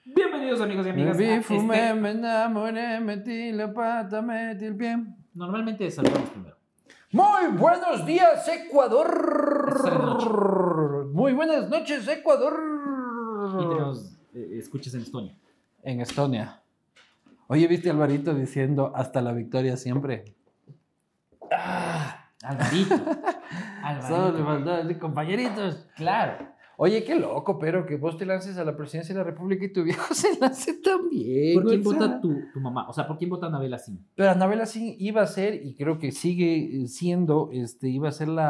Bienvenidos amigos y amigas Me a vi, fumé, me enamoré, metí la pata, metí el pie. Normalmente saludamos primero. Muy buenos días, Sale de Ecuador. Muy buenas noches, Ecuador. Y tenemos escuches en Estonia. En Estonia. Oye, ¿viste a Alvarito diciendo hasta la victoria siempre? Alvarito. Solo le faltaba decir, compañeritos. Claro. Oye, qué loco, pero que vos te lances a la presidencia de la República y tu viejo se lance también. ¿Por quién o sea. vota tu mamá? O sea, ¿por quién vota Anabela Sin? Pero Anabela sí iba a ser, y creo que sigue siendo, iba a ser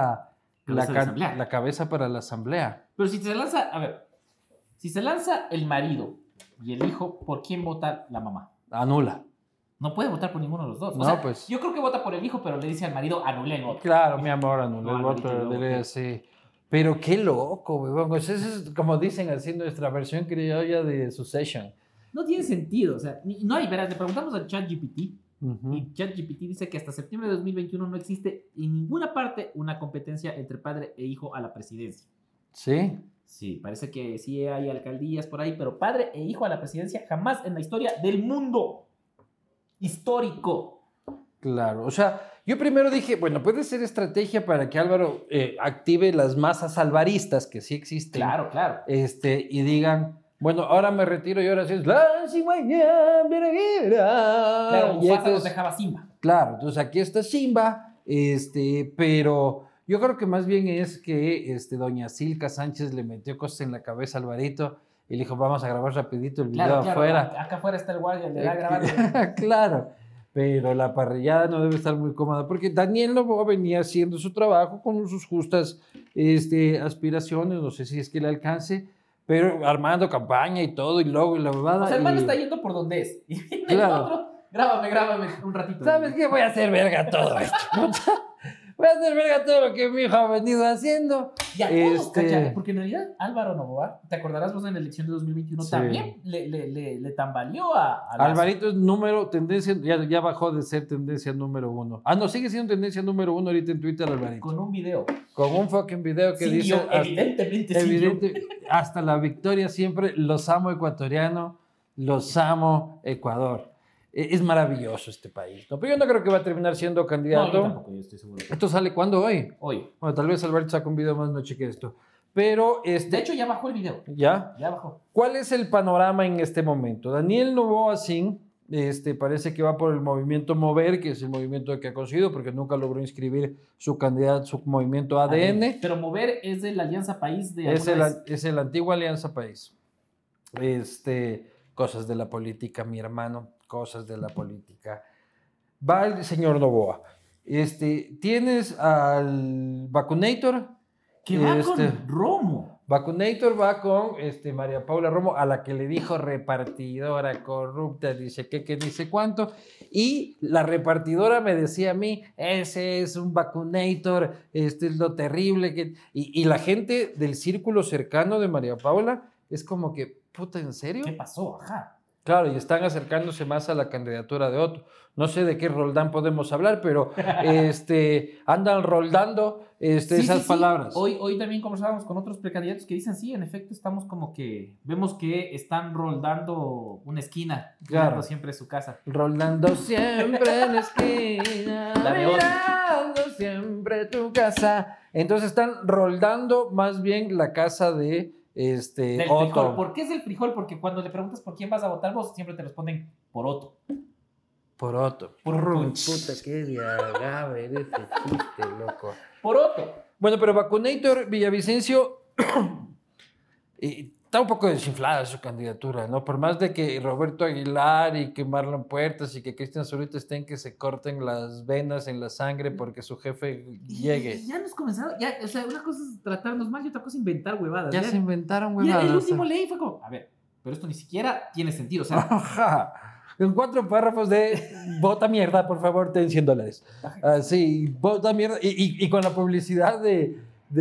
la cabeza para la asamblea. Pero si se lanza, a ver, si se lanza el marido y el hijo, ¿por quién vota la mamá? Anula. No puede votar por ninguno de los dos. No, O sea, pues. Yo creo que vota por el hijo, pero le dice al marido, anulé el voto. Claro, mi amor, anulé No, el voto Alvarito, de ley, sí. Pero qué loco, weón. Pues eso es como dicen así nuestra versión criolla de Succession. No tiene sentido. O sea, no hay, verás, le preguntamos al ChatGPT. Uh-huh. Y ChatGPT dice que hasta septiembre de 2021 no existe en ninguna parte una competencia entre padre e hijo a la presidencia. ¿Sí? Sí, parece que sí hay alcaldías por ahí, pero padre e hijo a la presidencia jamás en la historia del mundo histórico. Claro, o sea, yo primero dije, bueno, puede ser estrategia para que Álvaro active las masas alvaristas que sí existen. Claro, claro. Y digan, bueno, ahora me retiro y ahora sí es la cigüeña, Claro, y Mufasa nos dejaba Simba. Claro, entonces aquí está Simba, pero yo creo que más bien es que doña Silka Sánchez le metió cosas en la cabeza a Alvarito y le dijo, vamos a grabar rapidito el video afuera. Acá afuera está el guardia, le da grabando. Claro. Pero la parrillada no debe estar muy cómoda, porque Daniel Noboa venía haciendo su trabajo con sus justas aspiraciones, no sé si es que le alcance, pero armando campaña y todo, y luego y la bobada. O sea, el man está yendo por donde es. Y viene claro. el otro, grábame un ratito. ¿Sabes qué? Voy a hacer verga todo esto. Voy a hacer verga todo lo que mi hijo ha venido haciendo. Ya todos, ¿cachai? Porque en realidad Álvaro Noboa, te acordarás vos en la elección de 2021, sí. También le tambaleó a Alvarito es tendencia, ya bajó de ser tendencia número 1. Ah, no, sigue siendo tendencia número 1 ahorita en Twitter, Alvarito. Con un video. Con un fucking video que dice... Evidentemente. Hasta la victoria siempre, los amo ecuatoriano, los amo Ecuador. Es maravilloso este país, ¿no? Pero yo no creo que va a terminar siendo candidato. No, yo tampoco, yo estoy seguro. ¿Esto sale cuándo? Hoy. Bueno, tal vez Alberto saca un video más noche que esto. Pero de hecho, ya bajó el video. ¿Ya? Ya bajó. ¿Cuál es el panorama en este momento? Daniel Noboa Sin, parece que va por el movimiento Mover, que es el movimiento que ha conseguido, porque nunca logró inscribir su candidato, su movimiento ADN. Pero Mover es de la Alianza País de es el antiguo Alianza País. Cosas de la política, mi hermano, cosas de la política. Va el señor Noboa. Tienes al Vacunator. Que va con Romo. Vacunator va con María Paula Romo, a la que le dijo repartidora corrupta, dice qué dice cuánto. Y la repartidora me decía a mí, ese es un Vacunator, es lo terrible. Y la gente del círculo cercano de María Paula es como que, puta, ¿en serio? ¿Qué pasó? Ajá. Claro, y están acercándose más a la candidatura de Otto. No sé de qué Roldán podemos hablar, pero andan roldando esas palabras. Hoy también conversábamos con otros precandidatos que dicen, sí, en efecto, estamos como que, vemos que están roldando una esquina, claro. Siempre su casa. Roldando siempre en la esquina, mirando siempre tu casa. Entonces están roldando más bien la casa de... del Otto. Frijol. ¿Por qué es el frijol? Porque cuando le preguntas por quién vas a votar, vos siempre te responden por Otto. Por Otto. Puta, qué diagave eres ese chiste, loco. Por Otto. Bueno, pero Vacunator Villavicencio está un poco desinflada su candidatura, ¿no? Por más de que Roberto Aguilar y que Marlon Puertas y que Cristian Zurita estén que se corten las venas en la sangre porque su jefe llegue. Ya nos comenzaron, o sea, una cosa es tratarnos mal y otra cosa es inventar huevadas. Ya se inventaron huevadas. Y el último ley fue como, a ver, pero esto ni siquiera tiene sentido, o sea. Ajá. En 4 párrafos de vota mierda, por favor, ten $100. Sí, vota mierda. Y con la publicidad de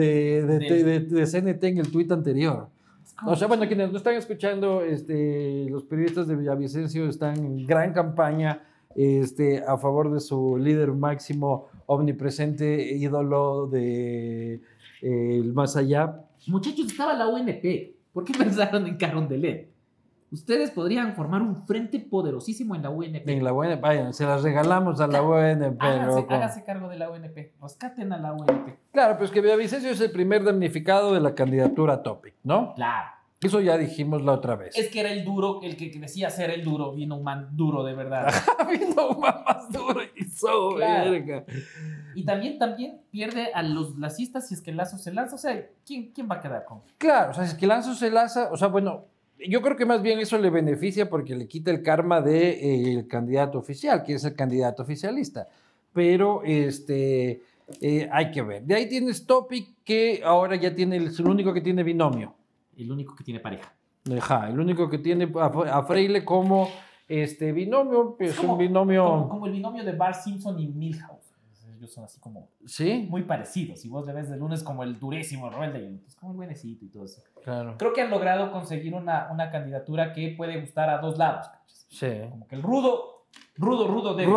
CNT en el tuit anterior. O sea, bueno, quienes no están escuchando, los periodistas de Villavicencio están en gran campaña a favor de su líder máximo, omnipresente, ídolo de el más allá. Muchachos, estaba la UNP. ¿Por qué pensaron en Carondelet? Ustedes podrían formar un frente poderosísimo en la UNP. En la UNP, vayan, se las regalamos a la UNP. Hágase cargo de la UNP. Rescaten a la UNP. Claro, pues que Villavicencio es el primer damnificado de la candidatura Topic, ¿no? Claro. Eso ya dijimos la otra vez. Es que era el duro, el que decía ser el duro. Vino un man duro de verdad. Vino un man más duro y hizo Claro. verga. Y también pierde a los lacistas si es que Lazo se lanza. O sea, ¿quién va a quedar con? Claro, o sea, es que Lazo se lanza, o sea, bueno, yo creo que más bien eso le beneficia porque le quita el karma del candidato oficial, que es el candidato oficialista. Pero, hay que ver. De ahí tienes Topic, que ahora ya tiene, es el único que tiene binomio. El único que tiene pareja. Ajá, el único que tiene a Freile como binomio, pues Es como, un binomio... como el binomio de Bart Simpson y Milhouse. Ellos son así como Sí, muy parecidos. Si vos le ves de lunes como el durísimo, el rebelde, y el otro es como el buenecito y todo eso. claro. Creo que han logrado conseguir una candidatura que puede gustar a dos lados. ¿Cachas? Sí. Como que el rudo débil.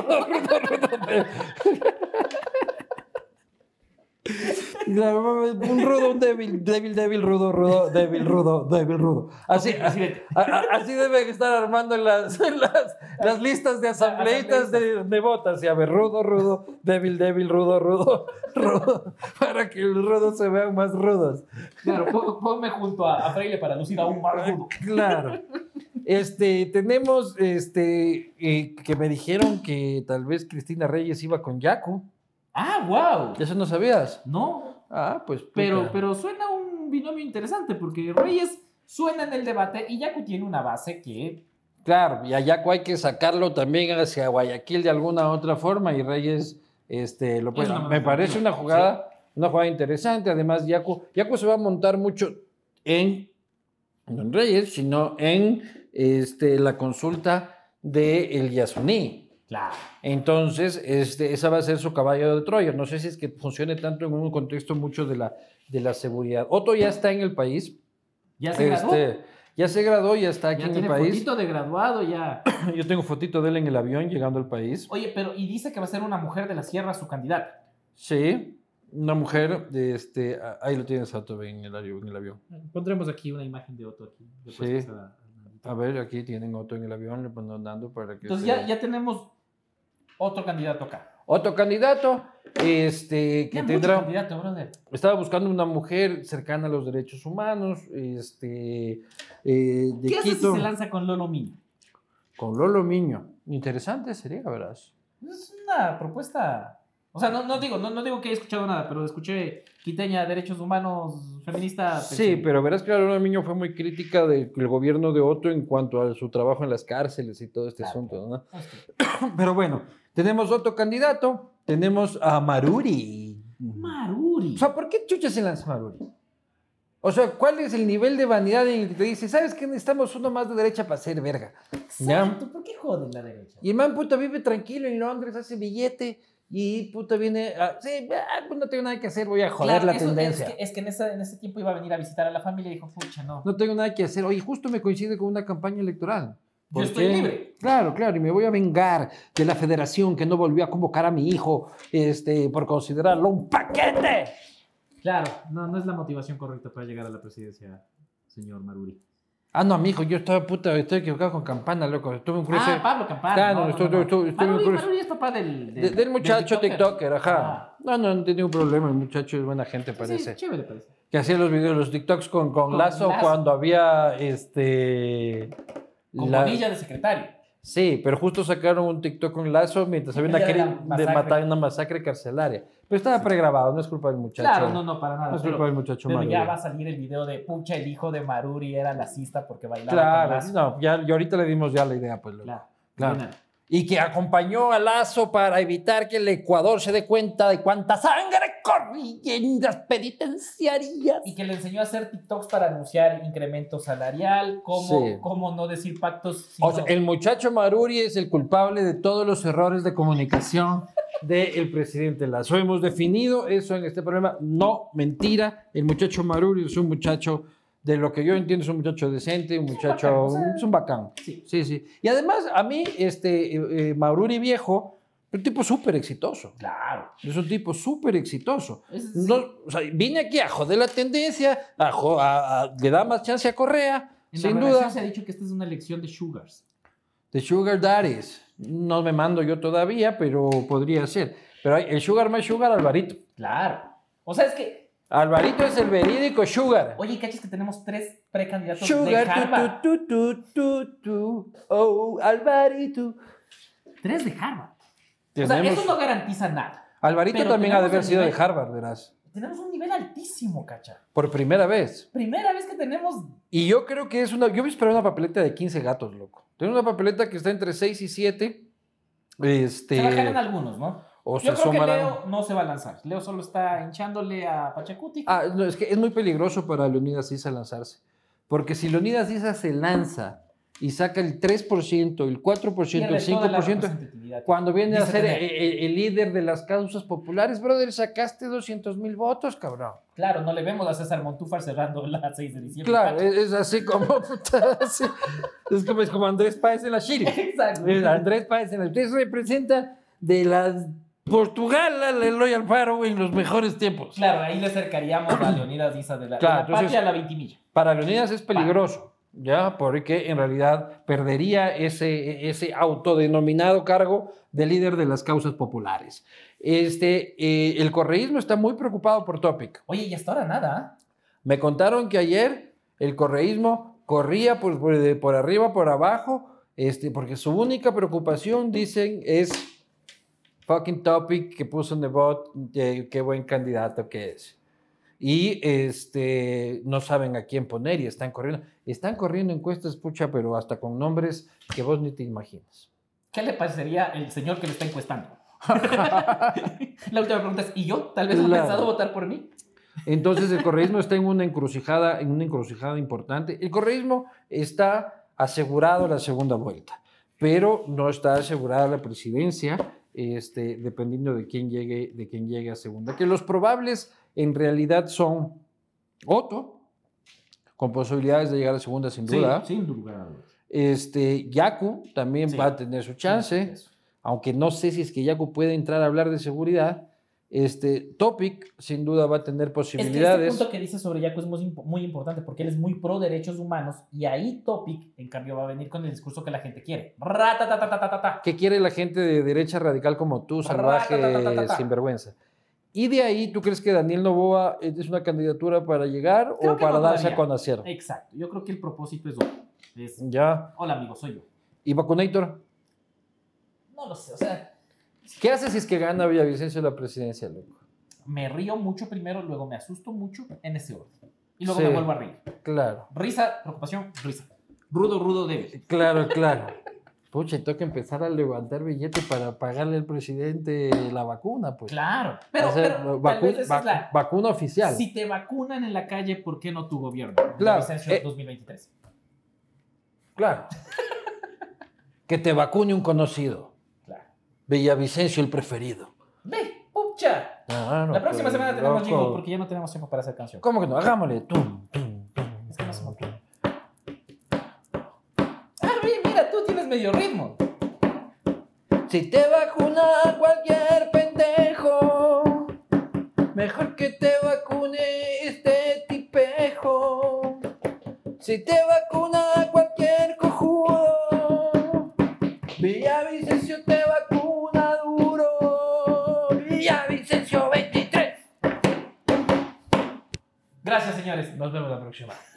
Un rudo, un débil, rudo, débil, rudo. Así, Presidente. así deben estar armando las listas de asambleístas de votas. Y a ver, rudo, débil, rudo, para que los rudos se vean más rudos. Claro, ponme junto a Freile para lucir aún más rudo. Claro. Tenemos que me dijeron que tal vez Cristina Reyes iba con Yaku. Ah, wow. ¿Eso no sabías? No, Ah, pues. pero suena un binomio interesante porque Reyes suena en el debate y Yaku tiene una base que... Claro, y a Yaku hay que sacarlo también hacia Guayaquil de alguna otra forma y Reyes lo puede. Me parece una jugada interesante. Además, Yaku se va a montar mucho no en Reyes, sino en la consulta de El Yasuní. Claro. Entonces, esa va a ser su caballo de Troya. No sé si es que funcione tanto en un contexto mucho de la seguridad. Otto ya está en el país. ¿Ya se graduó? Ya se graduó, ya está aquí en el país. Ya tiene fotito de graduado, ya. Yo tengo fotito de él en el avión llegando al país. Oye, y dice que va a ser una mujer de la sierra su candidata. Sí, una mujer, ahí lo tienes, Otto, en el avión. Pondremos aquí una imagen de Otto aquí. Sí. A ver, aquí tienen Otto en el avión, le pongo andando para que... Entonces ya tenemos otro candidato acá. Otro candidato, que Ya tendrá... mucho candidato, brother. Estaba buscando una mujer cercana a los derechos humanos, de ¿Qué hace si Quito. se lanza con Lolo Miño? Con Lolo Miño. Interesante sería, verás. Es una propuesta... O sea, no digo que haya escuchado nada, pero escuché quiteña, derechos humanos, feminista... Sí, pero verás que Lolo Miño fue muy crítica del gobierno de Otto en cuanto a su trabajo en las cárceles y todo este asunto, ¿no? Pero bueno, tenemos otro candidato, tenemos a Maruri. Maruri. O sea, ¿por qué chucha se lanza Maruri? O sea, ¿cuál es el nivel de vanidad en el que te dice, ¿sabes qué? Necesitamos uno más de derecha para ser verga. Exacto, ¿por qué joden la derecha? Y el man, puta, vive tranquilo en Londres, hace billete y, puta, viene pues no tengo nada que hacer, voy a joder la tendencia. Es que en ese tiempo iba a venir a visitar a la familia y dijo, pucha, no. No tengo nada que hacer. Oye, justo me coincide con una campaña electoral. Yo estoy libre. Claro, y me voy a vengar de la federación que no volvió a convocar a mi hijo por considerarlo un paquete. Claro, no es la motivación correcta para llegar a la presidencia, señor Maruri. Ah, no, mijo, yo estoy equivocado con Campana, loco. Estuve en cruce. Pablo Campana. Claro, estuve en cruce. Maruri es papá del muchacho del TikToker, ajá. No tiene ningún problema, el muchacho es buena gente, parece. Sí, chévere parece. Que hacía los videos, los TikToks con Lazo cuando había Con Bonilla de secretario. Sí, pero justo sacaron un TikTok con Lazo mientras había una masacre carcelaria. Pero estaba pregrabado, no es culpa del muchacho. Claro, no, para nada. No es culpa del muchacho pero Maruri. ya va a salir el video de pucha, el hijo de Maruri era lacista porque bailaba Claro, con Lazo. no, ya ahorita le dimos ya la idea, pues. Claro. Y que acompañó a Lazo para evitar que el Ecuador se dé cuenta de cuánta sangre corría en las penitenciarias. Y que le enseñó a hacer TikToks para anunciar incremento salarial, cómo no decir pactos. O sea, el muchacho Maruri es el culpable de todos los errores de comunicación del presidente Lazo. Hemos definido eso en este programa. No, mentira. El muchacho Maruri es un muchacho, de lo que yo entiendo, es un muchacho decente, un muchacho, es un bacán. Sí. Y además, a mí, Maruri viejo, es un tipo súper exitoso. Claro. Es un tipo súper exitoso. No, o sea, vine aquí a joder la tendencia, le da más chance a Correa, En Sin la redacción duda. se ha dicho que esta es una elección de sugars. The Sugar Daddies. No me mando yo todavía, pero podría ser. Pero hay el Sugar más Sugar, Alvarito. Claro. O sea, es que... Alvarito es el verídico Sugar. Oye, ¿cachas que tenemos 3 precandidatos de Sugar, Harvard? oh, Alvarito. 3 de Harvard. O sea, Tenemos- eso no garantiza nada. Alvarito pero también ha de tenemos haber el sido de nivel. Harvard, verás. Tenemos un nivel altísimo, cacha. Por primera vez. Primera vez que tenemos... Y yo creo que es una... Yo voy a esperar una papeleta de 15 gatos, loco. Tengo una papeleta que está entre 6 y 7. Se bajarán algunos, ¿no? O Yo se creo que sumarán. Leo no se va a lanzar. Leo solo está hinchándole a Pachacuti. Ah, no, es que es muy peligroso para Leonidas Issa lanzarse. Porque si Leonidas Issa se lanza y saca el 3%, el 4%, el Pierde toda la 5%, representatividad. cuando viene a Dice ser tener. el líder de las causas populares, brother, sacaste 200,000 votos, cabrón. Claro, no le vemos a César Montúfar cerrando la 6 de diciembre. Claro, cacha. es así como, puta, así. Es como Andrés Páez en la Chile. Exacto. Andrés Páez en la Usted representa de la Portugal al Eloy Alfaro en los mejores tiempos. Claro, ahí le acercaríamos a Leonidas Issa de la, Claro, de la patria entonces- a la Vintimilla. Para Leonidas es peligroso, ¿ya? Porque en realidad perdería ese autodenominado cargo de líder de las causas populares. El correísmo está muy preocupado por Topic. Oye, y hasta ahora nada. Me contaron que ayer el correísmo corría por arriba, por abajo, porque su única preocupación, dicen, es fucking Topic que puso en el bot, qué buen candidato que es. Y no saben a quién poner y están corriendo. Están corriendo encuestas, pucha, pero hasta con nombres que vos ni te imaginas. ¿Qué le parecería el señor que le está encuestando? La última pregunta es, ¿y yo? ¿Tal vez han Claro. pensado votar por mí? Entonces el correísmo está en una encrucijada importante. El correísmo está asegurado la segunda vuelta, pero no está asegurada la presidencia, dependiendo de quién llegue a segunda. Que los probables en realidad son Otto, con posibilidades de llegar a segunda sin duda. sin duda. Yaku también Sí. va a tener su chance, Sí, aunque no sé si es que Yaku puede entrar a hablar de seguridad. Topic sin duda va a tener Es que posibilidades. este punto que dice sobre Yaku es muy importante porque él es muy pro derechos humanos y ahí Topic, en cambio, va a venir con el discurso que la gente quiere. Ratatatatata. ¿Qué quiere la gente de derecha radical como tú, salvaje, Ratatatatata. sinvergüenza? Y de ahí, ¿tú crees que Daniel Noboa es una candidatura para llegar Creo o que para no darse todavía. a conocer? Exacto. Yo creo que el propósito es otro. Ya. Hola, amigo, soy yo. ¿Y Vacunator? No lo sé, o sea, ¿Qué hace si es que gana Villavicencio la presidencia, loco? me río mucho primero, luego me asusto mucho en ese orden. Y luego Sí. me vuelvo a reír. Claro, Risa, preocupación, risa. Rudo, débil. claro. Pucha, toca empezar a levantar billetes para pagarle al presidente la vacuna, pues. Claro. Pero, Hacer tal vez esa es la... vacuna oficial. Si te vacunan en la calle, ¿por qué no tu gobierno? Claro, Vicencio 2023. Claro. Que te vacune un conocido. Claro. Villavicencio el preferido. Ve, pucha. Claro, La próxima pues, semana tenemos loco. jingle porque ya no tenemos tiempo para hacer canción. ¿Cómo que no? Hagámosle. Tum, tum, tum. Es que no se me ocurre. Ah, mira, tú tienes medio ritmo. Si te vacuna cualquier pendejo, mejor que te vacune este tipejo. Si te vacuna cualquier cojudo, Villavicencio te vacuna duro. Villavicencio 23. Gracias, señores. Nos vemos la próxima.